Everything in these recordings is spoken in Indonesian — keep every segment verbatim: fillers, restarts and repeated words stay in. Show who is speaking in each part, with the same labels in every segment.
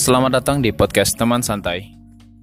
Speaker 1: Selamat datang di podcast Teman Santai.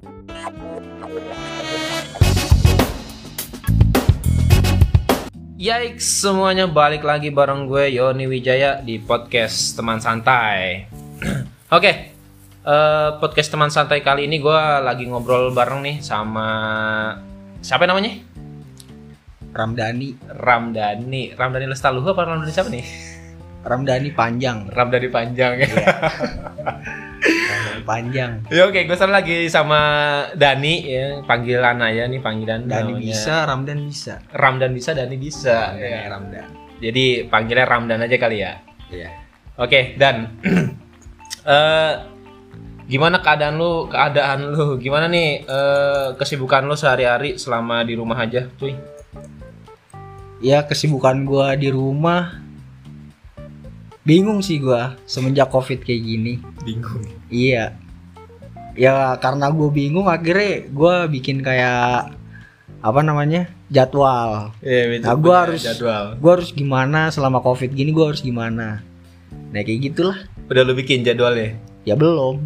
Speaker 1: Yikes, semuanya balik lagi bareng gue Yoni Wijaya di podcast Teman Santai. Oke, okay, uh, podcast Teman Santai kali ini gue lagi ngobrol bareng nih sama siapa namanya?
Speaker 2: Ramdhani.
Speaker 1: Ramdhani. Ramdhani Lestaluhu apa Ramdhani siapa nih?
Speaker 2: Ramdhani Panjang.
Speaker 1: Ramdhani Panjang ya.
Speaker 2: Iya. Ramdhani Panjang.
Speaker 1: Ya oke, gue sekarang lagi sama Dani ya, panggilan aja nih panggilan.
Speaker 2: Dani
Speaker 1: namanya.
Speaker 2: bisa, Ramdan bisa.
Speaker 1: Ramdan bisa, Dani bisa.
Speaker 2: Ramdan,
Speaker 1: Ya.
Speaker 2: Ramdan.
Speaker 1: Jadi panggilnya Ramdan aja kali ya.
Speaker 2: Iya.
Speaker 1: Oke, Dan. uh, gimana keadaan lu? Keadaan lu gimana nih? Uh, kesibukan lu sehari-hari selama di rumah aja, cuy?
Speaker 2: Ya kesibukan gua di rumah. Bingung sih gua semenjak Covid kayak gini.
Speaker 1: Bingung.
Speaker 2: Iya. Ya karena gue bingung akhirnya gue bikin kayak apa namanya jadwal.
Speaker 1: Iya,
Speaker 2: nah gue harus
Speaker 1: jadwal.
Speaker 2: Gue harus gimana selama Covid gini, gue harus gimana. Nah kayak gitulah.
Speaker 1: Udah lu bikin jadwalnya?
Speaker 2: Ya belum.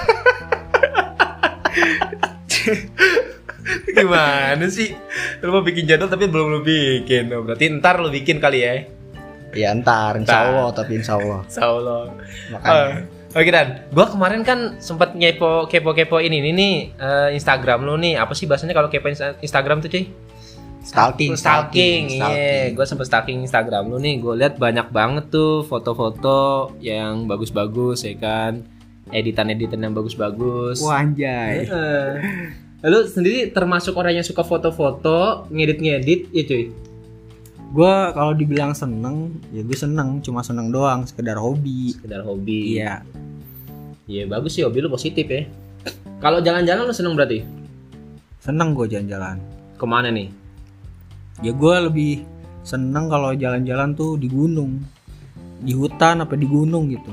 Speaker 1: Gimana sih? Lu mau bikin jadwal tapi belum lu bikin. Oh, berarti ntar lu bikin kali ya?
Speaker 2: Ya ntar, insya Allah, tapi insya Allah.
Speaker 1: Insya Allah.
Speaker 2: Makanya.
Speaker 1: Uh, Oke Dan, gue kemarin kan sempat ngepo kepo-kepo ini ini nih uh, Instagram lu nih. Apa sih bahasanya kalau kepo Instagram tuh cuy?
Speaker 2: Stalking,
Speaker 1: stalking,
Speaker 2: stalking,
Speaker 1: iya. Gue sempet stalking Instagram lu nih. Gue lihat banyak banget tuh foto-foto yang bagus-bagus ya kan, editan-editan yang bagus-bagus.
Speaker 2: Wah anjay.
Speaker 1: Uh, Lu sendiri termasuk orang yang suka foto-foto, ngedit-ngedit ya cuy?
Speaker 2: Gue kalau dibilang seneng, ya gue seneng, cuma seneng doang, sekedar hobi.
Speaker 1: Sekedar hobi.
Speaker 2: Iya.
Speaker 1: Iya bagus sih, hobi lu positif ya. Kalau jalan-jalan lu seneng berarti?
Speaker 2: Seneng gue jalan-jalan.
Speaker 1: Kemana nih?
Speaker 2: Ya gue lebih seneng kalau jalan-jalan tuh di gunung, di hutan apa di gunung gitu.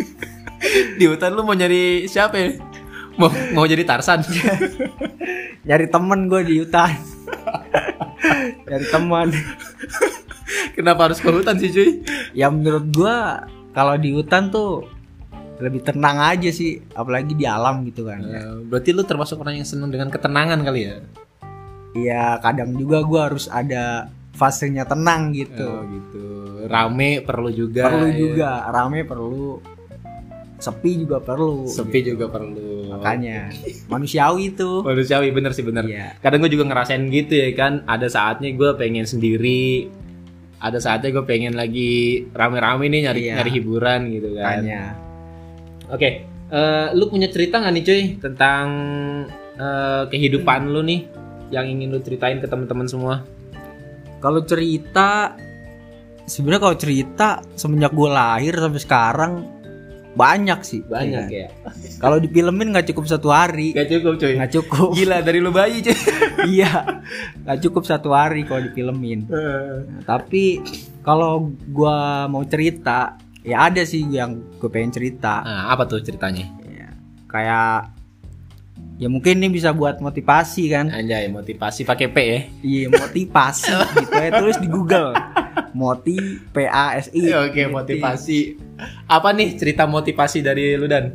Speaker 1: Di hutan lu mau nyari siapa ya? Mau mau jadi Tarsan?
Speaker 2: Nyari temen gue di hutan. Nyari teman.
Speaker 1: Kenapa harus ke hutan sih cuy?
Speaker 2: Ya menurut gue kalau di hutan tuh lebih tenang aja sih, apalagi di alam gitu kan.
Speaker 1: Uh, berarti lu termasuk orang yang seneng dengan ketenangan kali ya?
Speaker 2: Iya kadang juga gue harus ada fasenya tenang gitu.
Speaker 1: Oh gitu. Rame perlu juga.
Speaker 2: Perlu
Speaker 1: ya.
Speaker 2: juga, rame perlu. Sepi juga perlu.
Speaker 1: Sepi
Speaker 2: gitu.
Speaker 1: juga perlu.
Speaker 2: Makanya manusiawi tuh.
Speaker 1: Manusiawi bener sih bener.
Speaker 2: Iya.
Speaker 1: Kadang gue juga ngerasain gitu ya kan. Ada saatnya gue pengen sendiri. Ada saatnya gue pengen lagi rame-rame nih nyari
Speaker 2: Iya.
Speaker 1: nyari hiburan gitu kan.
Speaker 2: Makanya.
Speaker 1: Oke, uh, lu punya cerita nggak nih cuy tentang uh, kehidupan lu nih yang ingin lu ceritain ke teman-teman semua?
Speaker 2: Kalau cerita, sebenarnya kalau cerita semenjak gue lahir sampai sekarang banyak sih.
Speaker 1: Banyak
Speaker 2: ya.
Speaker 1: ya.
Speaker 2: Kalau difilmin nggak cukup satu hari.
Speaker 1: Gak cukup cuy.
Speaker 2: Nggak cukup.
Speaker 1: Gila dari lu bayi cuy.
Speaker 2: Iya, nggak cukup satu hari kalau difilmin. Nah, tapi kalau gue mau cerita, ya ada sih yang gue pengen cerita.
Speaker 1: Nah, apa tuh ceritanya?
Speaker 2: Ya, kayak, ya mungkin ini bisa buat motivasi kan?
Speaker 1: Anjay, motivasi pakai P ya.
Speaker 2: Iya, motivasi gitu ya, tulis di Google. Moti P A S I.
Speaker 1: Oke, motivasi. Apa nih cerita motivasi dari lu Dan?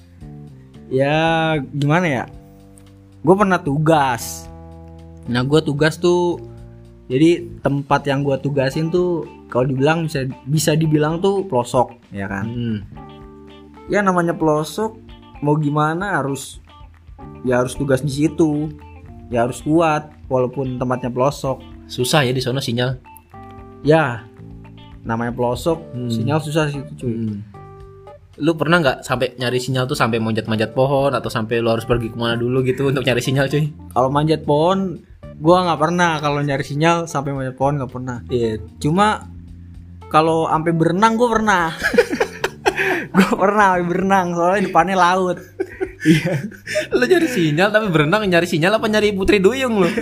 Speaker 2: Ya gimana ya? Gue pernah tugas. Nah gue tugas tuh, jadi tempat yang gue tugasin tuh kalau dibilang bisa bisa dibilang tuh pelosok, ya kan?
Speaker 1: Hmm.
Speaker 2: Ya namanya pelosok, mau gimana harus ya harus tugas di situ. Ya harus kuat walaupun tempatnya pelosok.
Speaker 1: Susah ya di sono sinyal.
Speaker 2: Ya namanya pelosok,
Speaker 1: Hmm.
Speaker 2: sinyal susah sih cuy.
Speaker 1: Hmm. Lu pernah nggak sampai nyari sinyal tuh sampai manjat-manjat pohon atau sampai lu harus pergi kemana dulu gitu untuk nyari sinyal cuy?
Speaker 2: Kalau manjat pohon, gue nggak pernah. Kalau nyari sinyal sampai manjat pohon nggak pernah.
Speaker 1: Iya.
Speaker 2: Cuma kalau sampai berenang gue pernah. Gue pernah sampai berenang soalnya depannya laut. Iya.
Speaker 1: Lu nyari sinyal tapi berenang nyari sinyal apa nyari putri duyung lu?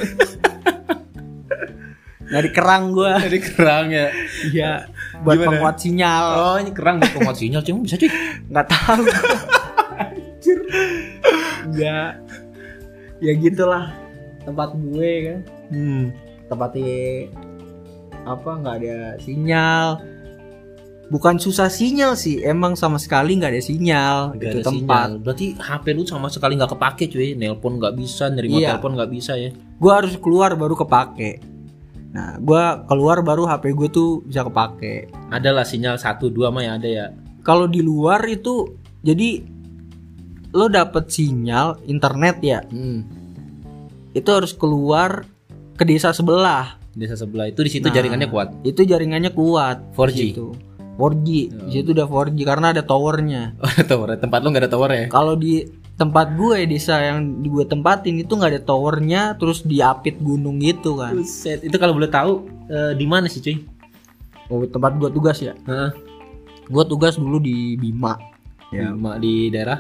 Speaker 2: Nyari kerang gue.
Speaker 1: Nyari kerang ya.
Speaker 2: Iya. Buat
Speaker 1: Gimana?
Speaker 2: penguat sinyal.
Speaker 1: Oh ini kerang buat penguat sinyal cuy bisa cuy?
Speaker 2: Nggak tahu. Nggak. Ya gitulah tempat gue kan.
Speaker 1: Hmm.
Speaker 2: Tempatnya apa nggak ada sinyal. bukan susah sinyal sih, emang sama sekali nggak ada sinyal
Speaker 1: Gak
Speaker 2: itu
Speaker 1: ada
Speaker 2: tempat.
Speaker 1: sinyal. Berarti H P lu sama sekali nggak kepake cuy. Nelpon nggak bisa, nerima
Speaker 2: Iya.
Speaker 1: telepon nggak bisa ya.
Speaker 2: Gue harus keluar baru kepake. Nah, gue keluar baru H P gue tuh bisa kepake.
Speaker 1: Ada lah sinyal satu dua mah ya ada ya.
Speaker 2: Kalau di luar itu, jadi lo dapet sinyal internet ya,
Speaker 1: Hmm.
Speaker 2: itu harus keluar ke desa sebelah.
Speaker 1: Desa sebelah itu di situ
Speaker 2: Nah,
Speaker 1: jaringannya kuat.
Speaker 2: Itu jaringannya kuat.
Speaker 1: four G.
Speaker 2: Di situ. four G. Di situ udah four G karena ada towernya.
Speaker 1: Oh, ada tower. Tempat lu nggak ada tower ya?
Speaker 2: Kalau di tempat gue, desa yang di gue tempatin itu nggak ada towernya, terus diapit gunung gitu kan.
Speaker 1: Buset. Itu kalau boleh tahu eh, di mana sih cuy?
Speaker 2: Oh, tempat gue tugas ya.
Speaker 1: Heeh.
Speaker 2: Gue tugas dulu di Bima.
Speaker 1: Ya. Di daerah.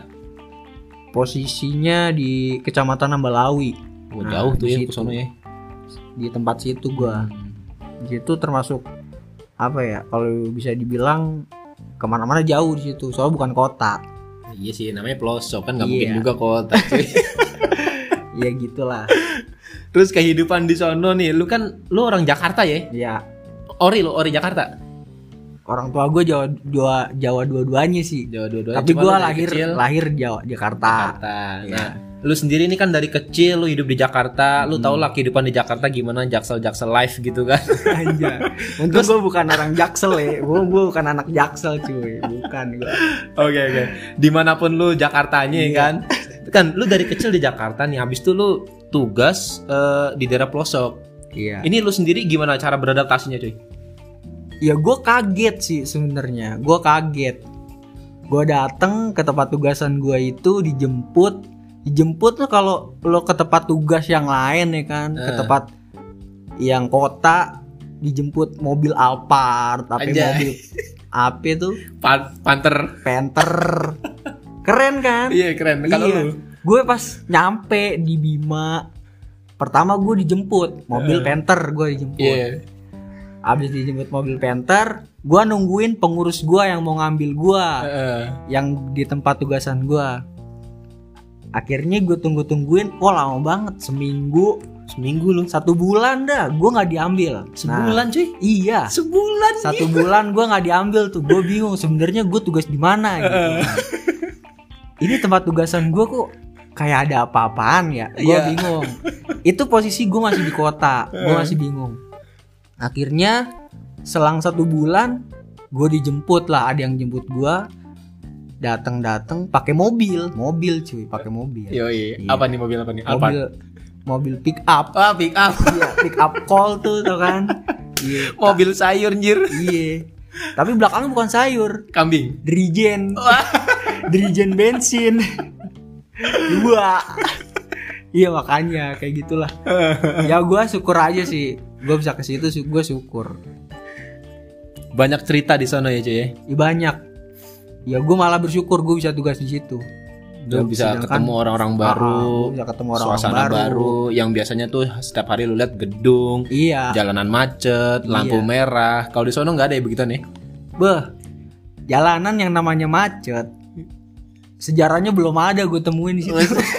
Speaker 2: Posisinya di Kecamatan Ambalawi.
Speaker 1: Oh,
Speaker 2: Nah,
Speaker 1: jauh tuh
Speaker 2: di
Speaker 1: ya
Speaker 2: situ.
Speaker 1: ke sono ya.
Speaker 2: Di tempat situ gue.
Speaker 1: Hmm.
Speaker 2: Di situ termasuk apa ya? Kalau bisa dibilang kemana-mana jauh di situ. Soalnya bukan kota.
Speaker 1: Iya sih, namanya pelosok kan nggak
Speaker 2: Iya.
Speaker 1: mungkin juga kota cuy.
Speaker 2: Ya gitulah.
Speaker 1: Terus kehidupan di sono nih, lu kan lu orang Jakarta ya?
Speaker 2: Ya,
Speaker 1: Ori lu, ori Jakarta.
Speaker 2: orang tua gue Jawa Jawa, Jawa dua-duanya sih.
Speaker 1: Jawa dua-duanya.
Speaker 2: Tapi
Speaker 1: Cuma
Speaker 2: gue
Speaker 1: lu dari
Speaker 2: lahir
Speaker 1: kecil
Speaker 2: lahir Jawa Jakarta.
Speaker 1: Jakarta.
Speaker 2: Iya.
Speaker 1: Nah, lu sendiri nih kan dari kecil lu hidup di Jakarta, lu
Speaker 2: Hmm.
Speaker 1: tau lah kehidupan di Jakarta gimana, jaksel-jaksel life gitu kan.
Speaker 2: Anjay. Untung gue bukan orang Jaksel ya. Gue gue bukan anak Jaksel cuy. Bukan gue.
Speaker 1: Oke oke. Dimanapun lu Jakartanya ya
Speaker 2: Iya.
Speaker 1: kan. Kan lu dari kecil di Jakarta nih, habis itu lu tugas eh, di daerah pelosok.
Speaker 2: Iya.
Speaker 1: Ini lu sendiri gimana cara beradaptasinya cuy?
Speaker 2: Ya gue kaget sih sebenarnya. Gue kaget. Gue dateng ke tempat tugasan gue itu dijemput. Dijemput tuh kalau lo ke tempat tugas yang lain ya kan, ke
Speaker 1: Eh.
Speaker 2: tempat yang kota dijemput mobil Alphard, tapi
Speaker 1: Anjay.
Speaker 2: mobil apa tuh?
Speaker 1: Pan- Panther.
Speaker 2: Panther. Keren kan?
Speaker 1: Iya keren. Kalau
Speaker 2: Iya.
Speaker 1: lu
Speaker 2: Gue pas nyampe di Bima, pertama gue dijemput mobil
Speaker 1: Eh.
Speaker 2: Panther, gue dijemput.
Speaker 1: Iya.
Speaker 2: Abis dijemput mobil Panther, gue nungguin pengurus gue yang mau ngambil gue,
Speaker 1: Heeh.
Speaker 2: yang di tempat tugasan gue. Akhirnya gue tunggu-tungguin, wah lama banget, seminggu,
Speaker 1: Seminggu lu.
Speaker 2: satu bulan dah, gue nggak diambil.
Speaker 1: Sebulan cuy.
Speaker 2: Nah, iya,
Speaker 1: Sebulan.
Speaker 2: satu bulan gue nggak diambil tuh, gue bingung sebenarnya gue tugas di mana gitu. Ini tempat tugasan gue kok kayak ada apa-apaan ya, gue
Speaker 1: Iya.
Speaker 2: bingung. Itu posisi gue masih di kota, gue masih bingung. Akhirnya selang satu bulan gue dijemput lah, ada yang jemput gue, datang-datang pakai mobil, mobil cuy, pakai mobil.
Speaker 1: Yoi.
Speaker 2: Iya.
Speaker 1: Apa nih mobil apa nih?
Speaker 2: Mobil mobil pick up.
Speaker 1: Ah, pick up.
Speaker 2: Iya, pick up call tuh tau kan. Iya.
Speaker 1: Mobil sayur anjir.
Speaker 2: Iya. Tapi belakangnya bukan sayur,
Speaker 1: Kambing.
Speaker 2: Dirijen. Dirijen bensin. Dua. Iya makanya kayak gitulah. Ya gue syukur aja sih, gue bisa ke situ, gue syukur.
Speaker 1: Banyak cerita di sana ya cuy ya.
Speaker 2: Ya, banyak. Ya gue malah bersyukur gue bisa tugas di situ.
Speaker 1: Lu bisa
Speaker 2: Sedangkan-
Speaker 1: ketemu orang-orang
Speaker 2: Ah,
Speaker 1: baru,
Speaker 2: gua bisa ketemu orang-orang
Speaker 1: suasana
Speaker 2: baru.
Speaker 1: baru. Yang biasanya tuh setiap hari lu lihat gedung,
Speaker 2: Iya.
Speaker 1: jalanan macet, lampu
Speaker 2: Iya.
Speaker 1: merah. Kalau di sono nggak ada ya begitu nih?
Speaker 2: Beh, jalanan yang namanya macet, sejarahnya belum ada gue temuin di situ.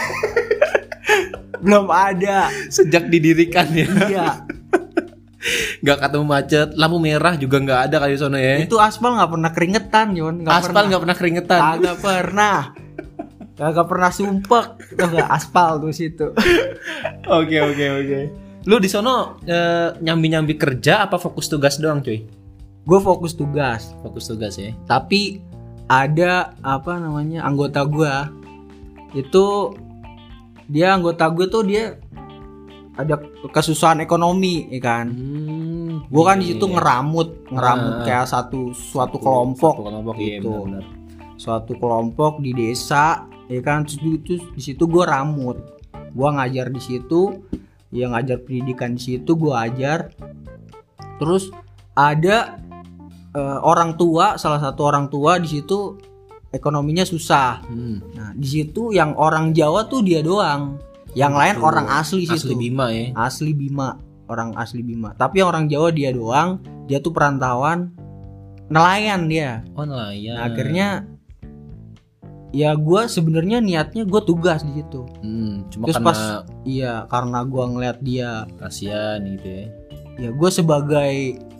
Speaker 2: Belum ada.
Speaker 1: Sejak didirikan ya.
Speaker 2: Iya.
Speaker 1: Nggak ketemu macet, lampu merah juga nggak ada kali di sono ya.
Speaker 2: Itu aspal nggak pernah keringetan, Yon. Nggak
Speaker 1: Aspal
Speaker 2: pernah.
Speaker 1: nggak pernah keringetan.
Speaker 2: Kagak pernah. Kagak pernah sumpek. Tuh nggak aspal tuh situ.
Speaker 1: Oke oke oke. Lu di sono eh, nyambi-nyambi kerja apa fokus tugas doang cuy?
Speaker 2: Gue fokus tugas.
Speaker 1: Fokus tugas ya.
Speaker 2: Tapi ada apa namanya anggota gue itu, dia anggota gue tuh dia ada kesusahan ekonomi, ya kan?
Speaker 1: Hmm,
Speaker 2: Gue kan di
Speaker 1: iya,
Speaker 2: situ
Speaker 1: iya.
Speaker 2: ngeramut, ngeramut
Speaker 1: Ah.
Speaker 2: kayak satu suatu kelompok,
Speaker 1: Satu kelompok iya
Speaker 2: gitu.
Speaker 1: benar-benar.
Speaker 2: Suatu kelompok di desa, ya kan? Terus, terus di situ gue ramut, gue ngajar di situ, ya ngajar pendidikan di situ, gue ajar. Terus ada eh, orang tua, salah satu orang tua di situ ekonominya susah.
Speaker 1: Hmm.
Speaker 2: Nah di situ yang orang Jawa tuh dia doang, yang lain
Speaker 1: Tuh,
Speaker 2: orang asli situ.
Speaker 1: Asli Bima ya.
Speaker 2: Asli Bima, orang asli Bima. Tapi yang orang Jawa dia doang, dia tuh perantauan, nelayan dia.
Speaker 1: Oh nelayan.
Speaker 2: Nah, akhirnya ya gue sebenarnya niatnya gue tugas di situ.
Speaker 1: Hmm, cuma
Speaker 2: Terus
Speaker 1: karena
Speaker 2: pas iya karena gue ngeliat dia,
Speaker 1: kasihan gitu ya.
Speaker 2: ya gue sebagai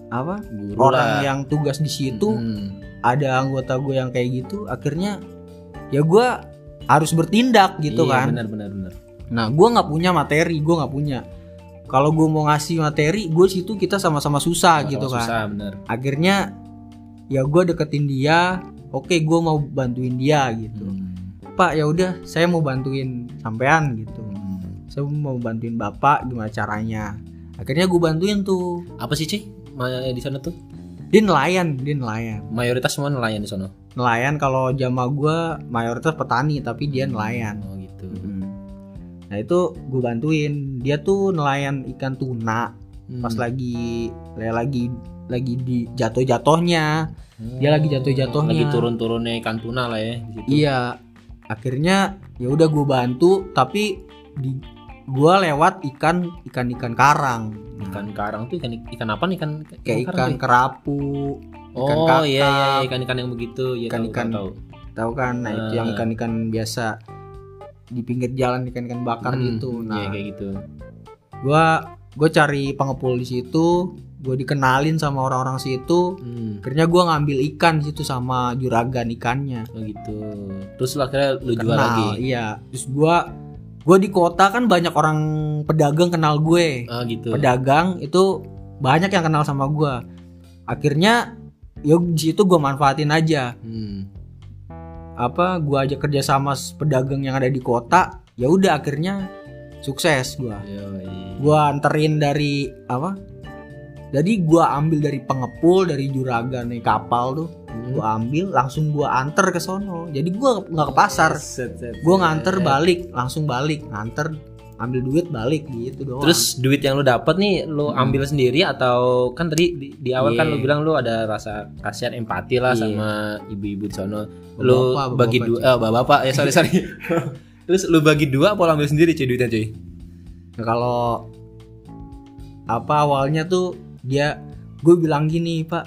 Speaker 2: apa
Speaker 1: Guru
Speaker 2: orang
Speaker 1: lah.
Speaker 2: yang tugas di situ,
Speaker 1: Hmm.
Speaker 2: ada anggota gue yang kayak gitu, akhirnya ya gue harus bertindak gitu
Speaker 1: Iya,
Speaker 2: kan.
Speaker 1: benar benar benar.
Speaker 2: Nah gue nggak punya materi, gue nggak punya. Kalau gue mau ngasih materi, gue situ kita sama-sama susah
Speaker 1: Sama-sama
Speaker 2: gitu kan.
Speaker 1: Susah benar.
Speaker 2: Akhirnya ya gue deketin dia, oke gue mau bantuin dia gitu.
Speaker 1: Hmm.
Speaker 2: Pak ya udah, saya mau bantuin sampean gitu.
Speaker 1: Hmm.
Speaker 2: Saya mau bantuin bapak gimana caranya. Akhirnya gue bantuin tuh.
Speaker 1: Apa sih Ci? Ma- di sana tuh
Speaker 2: Dia nelayan, dia nelayan.
Speaker 1: mayoritas semua nelayan di sana.
Speaker 2: Nelayan kalau jamaah gue mayoritas petani, tapi dia nelayan.
Speaker 1: Oh gitu.
Speaker 2: Mm. Nah itu gue bantuin. Dia tuh nelayan ikan tuna.
Speaker 1: Hmm.
Speaker 2: Pas lagi lagi lagi di jatuh-jatuhnya. Dia lagi jatuh-jatuhnya.
Speaker 1: Lagi turun-turunnya ikan tuna lah ya di situ.
Speaker 2: Iya. Akhirnya ya udah gue bantu, tapi di gua lewat ikan ikan ikan karang.
Speaker 1: Ikan karang tuh ikan ikan apa nih? Ikan
Speaker 2: Kayak ikan
Speaker 1: karang,
Speaker 2: kerapu.
Speaker 1: tuh?
Speaker 2: ikan
Speaker 1: Oh
Speaker 2: kakap.
Speaker 1: iya iya ikan-ikan yang begitu ya.
Speaker 2: Ikan-ikan
Speaker 1: tahu, tahu,
Speaker 2: Tahu kan? Nah, itu yang
Speaker 1: Ah.
Speaker 2: ikan-ikan biasa di pinggir jalan, ikan-ikan bakar
Speaker 1: Hmm,
Speaker 2: gitu. Nah,
Speaker 1: iya, kayak gitu.
Speaker 2: gua gua cari pengepul di situ, gua dikenalin sama orang-orang situ.
Speaker 1: Hmm.
Speaker 2: Akhirnya gua ngambil ikan di situ sama juragan ikannya.
Speaker 1: Oh gitu. Terus lu akhirnya lu jual
Speaker 2: Kenal,
Speaker 1: lagi.
Speaker 2: iya. Terus gua gua di kota kan banyak orang pedagang kenal gue.
Speaker 1: Oh gitu.
Speaker 2: Pedagang itu banyak yang kenal sama gua. Akhirnya ya di situ gua manfaatin aja.
Speaker 1: Hmm.
Speaker 2: Apa gua aja kerja sama s- pedagang yang ada di kota. Ya udah akhirnya sukses gua.
Speaker 1: Yoi.
Speaker 2: Gua anterin dari apa? Jadi gua ambil dari pengepul, dari juragan nih kapal tuh.
Speaker 1: Hmm.
Speaker 2: Gua ambil langsung gua anter ke sono. Jadi gua nggak ke pasar.
Speaker 1: Set, set,
Speaker 2: Gue
Speaker 1: set.
Speaker 2: nganter balik, langsung balik, nganter, ambil duit balik gitu doang.
Speaker 1: Terus duit yang lu dapat nih lu
Speaker 2: Hmm.
Speaker 1: ambil sendiri atau kan tadi di, di awal kan
Speaker 2: Iya.
Speaker 1: lu bilang lu ada rasa kasihan empati lah
Speaker 2: Iya.
Speaker 1: sama ibu-ibu di sono. Lu
Speaker 2: Bapak,
Speaker 1: bagi
Speaker 2: bapak,
Speaker 1: dua
Speaker 2: cuy.
Speaker 1: eh bapak-bapak ya sorry sorry. Terus lu bagi dua apa lu ambil sendiri cuy duitnya cuy?
Speaker 2: Nah, kalau apa awalnya tuh dia, gue bilang gini Pak,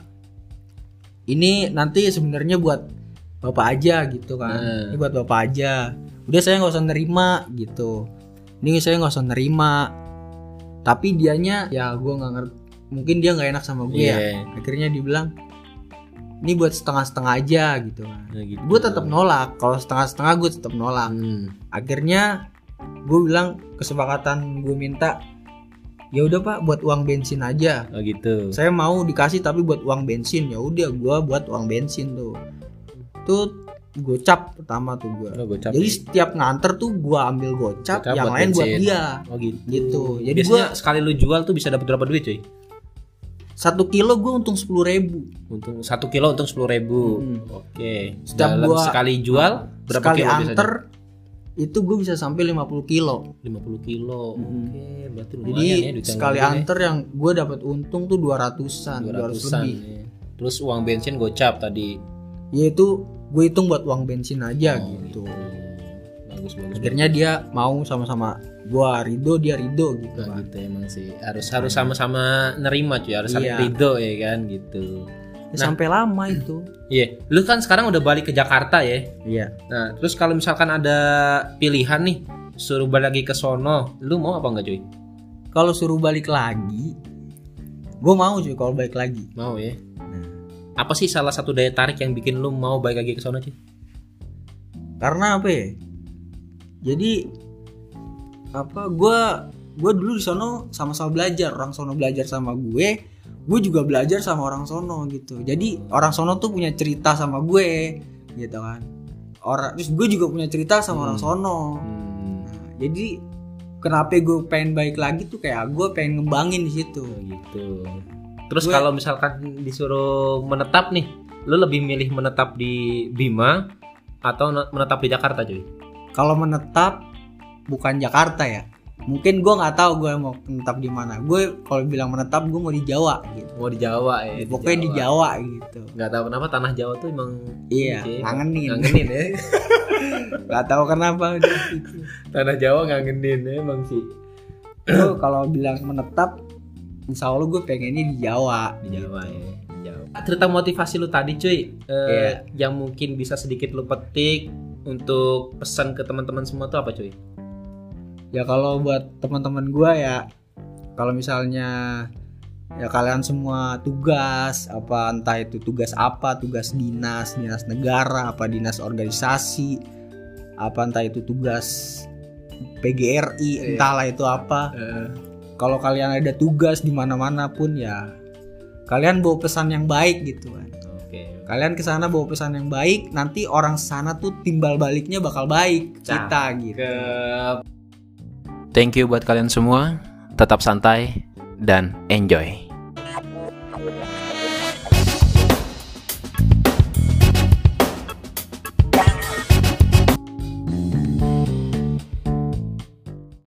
Speaker 2: ini nanti sebenarnya buat bapak aja gitu kan.
Speaker 1: Hmm.
Speaker 2: Ini buat bapak aja. Udah saya nggak usah nerima gitu. Ini saya nggak usah nerima. Tapi dianya ya gue nggak ngerti. Mungkin dia nggak enak sama gue ya.
Speaker 1: Iya.
Speaker 2: Akhirnya dibilang ini buat setengah-setengah aja gitu kan.
Speaker 1: Nah, gitu.
Speaker 2: Gue tetap nolak. Kalau setengah-setengah gue tetap nolak.
Speaker 1: Hmm.
Speaker 2: Akhirnya gue bilang kesepakatan gue minta, ya udah Pak buat uang bensin aja.
Speaker 1: Oh gitu.
Speaker 2: Saya mau dikasih tapi buat uang bensin. Ya udah gue buat uang bensin tuh. Tuh gocap pertama tuh gue.
Speaker 1: Oh, gocap.
Speaker 2: Jadi setiap nganter tuh gue ambil gocap,
Speaker 1: Gocap
Speaker 2: yang
Speaker 1: buat
Speaker 2: lain buat
Speaker 1: bensin.
Speaker 2: dia.
Speaker 1: Oh gitu.
Speaker 2: Gitu. Jadi
Speaker 1: Biasanya
Speaker 2: gue
Speaker 1: sekali lu jual tuh bisa dapat berapa duit cuy?
Speaker 2: satu kilo gue untung sepuluh ribu.
Speaker 1: Untung satu kilo untung sepuluh ribu.
Speaker 2: Hmm.
Speaker 1: Oke.
Speaker 2: Setiap
Speaker 1: Dalam
Speaker 2: gua-
Speaker 1: sekali jual berapa
Speaker 2: Sekali
Speaker 1: kilo
Speaker 2: anter itu gue bisa sampai lima puluh kilo.
Speaker 1: lima puluh kilo.
Speaker 2: Hmm.
Speaker 1: Oke, berarti lumayan
Speaker 2: Jadi
Speaker 1: ya duit yang
Speaker 2: sekali
Speaker 1: lu ambil ya.
Speaker 2: anter yang gue dapat untung tuh dua ratusan, dua ratus
Speaker 1: dua ratusan
Speaker 2: lebih.
Speaker 1: ya. Terus uang bensin gocap tadi.
Speaker 2: Ya itu gue hitung buat uang bensin aja
Speaker 1: Oh,
Speaker 2: gitu.
Speaker 1: Bagus bagus.
Speaker 2: Akhirnya dia mau sama-sama, gue ridho dia ridho gitu
Speaker 1: Nah,
Speaker 2: kan.
Speaker 1: gitu emang sih. Harus harus sama-sama nerima cuy, harus saling
Speaker 2: Iya.
Speaker 1: ridho ya kan gitu.
Speaker 2: Ya, sampai lama itu.
Speaker 1: Iya, lu kan sekarang udah balik ke Jakarta ya.
Speaker 2: Iya.
Speaker 1: Nah, terus kalau misalkan ada pilihan nih suruh balik lagi ke sono, lu mau apa enggak cuy?
Speaker 2: Kalau suruh balik lagi, gue mau cuy kalau balik lagi.
Speaker 1: Mau ya. Apa sih salah satu daya tarik yang bikin lu mau balik lagi ke sono cuy?
Speaker 2: Karena apa ya? Jadi apa? Gue gue dulu di sono sama-sama belajar, orang sono belajar sama gue, gue juga belajar sama orang sono gitu. Jadi orang sono tuh punya cerita sama gue, gitu kan. Orang terus gue juga punya cerita sama
Speaker 1: Hmm.
Speaker 2: orang sono.
Speaker 1: Hmm,
Speaker 2: Nah, jadi kenapa gue pengen balik lagi tuh kayak gue pengen ngembangin di situ.
Speaker 1: gitu. Terus
Speaker 2: Gue-
Speaker 1: kalau misalkan disuruh menetap nih, lu lebih milih menetap di Bima atau ne- menetap di Jakarta cuy?
Speaker 2: Kalau menetap bukan Jakarta ya. Mungkin gue nggak tahu gue mau menetap di mana. Gue kalau bilang menetap gue mau di Jawa gitu.
Speaker 1: Mau di Jawa ya?
Speaker 2: Pokoknya di Jawa gitu.
Speaker 1: Nggak tahu kenapa tanah Jawa tuh emang
Speaker 2: Iya,
Speaker 1: ini, cuy.
Speaker 2: ngangenin.
Speaker 1: Ngangenin ya.
Speaker 2: Gak tahu kenapa udah gitu.
Speaker 1: Tanah Jawa ngangenin ya emang sih.
Speaker 2: Gue kalau bilang menetap, insya Allah gue pengennya di Jawa.
Speaker 1: Di Jawa ya. Di Jawa. Cerita motivasi lu tadi cuy, eh,
Speaker 2: Iya.
Speaker 1: yang mungkin bisa sedikit lu petik untuk pesan ke teman-teman semua tuh apa cuy?
Speaker 2: Ya kalau buat teman-teman gue ya, kalau misalnya ya kalian semua tugas apa, entah itu tugas apa, tugas dinas, dinas negara, apa dinas organisasi, apa entah itu tugas P G R I, entahlah itu apa. Uh. Kalau kalian ada tugas di mana-mana pun ya kalian bawa pesan yang baik gitu kan.
Speaker 1: Okay.
Speaker 2: Kalian kesana bawa pesan yang baik, nanti orang sana tuh timbal baliknya bakal baik
Speaker 1: Cakep.
Speaker 2: kita gitu.
Speaker 1: Thank you buat kalian semua. Tetap santai dan enjoy.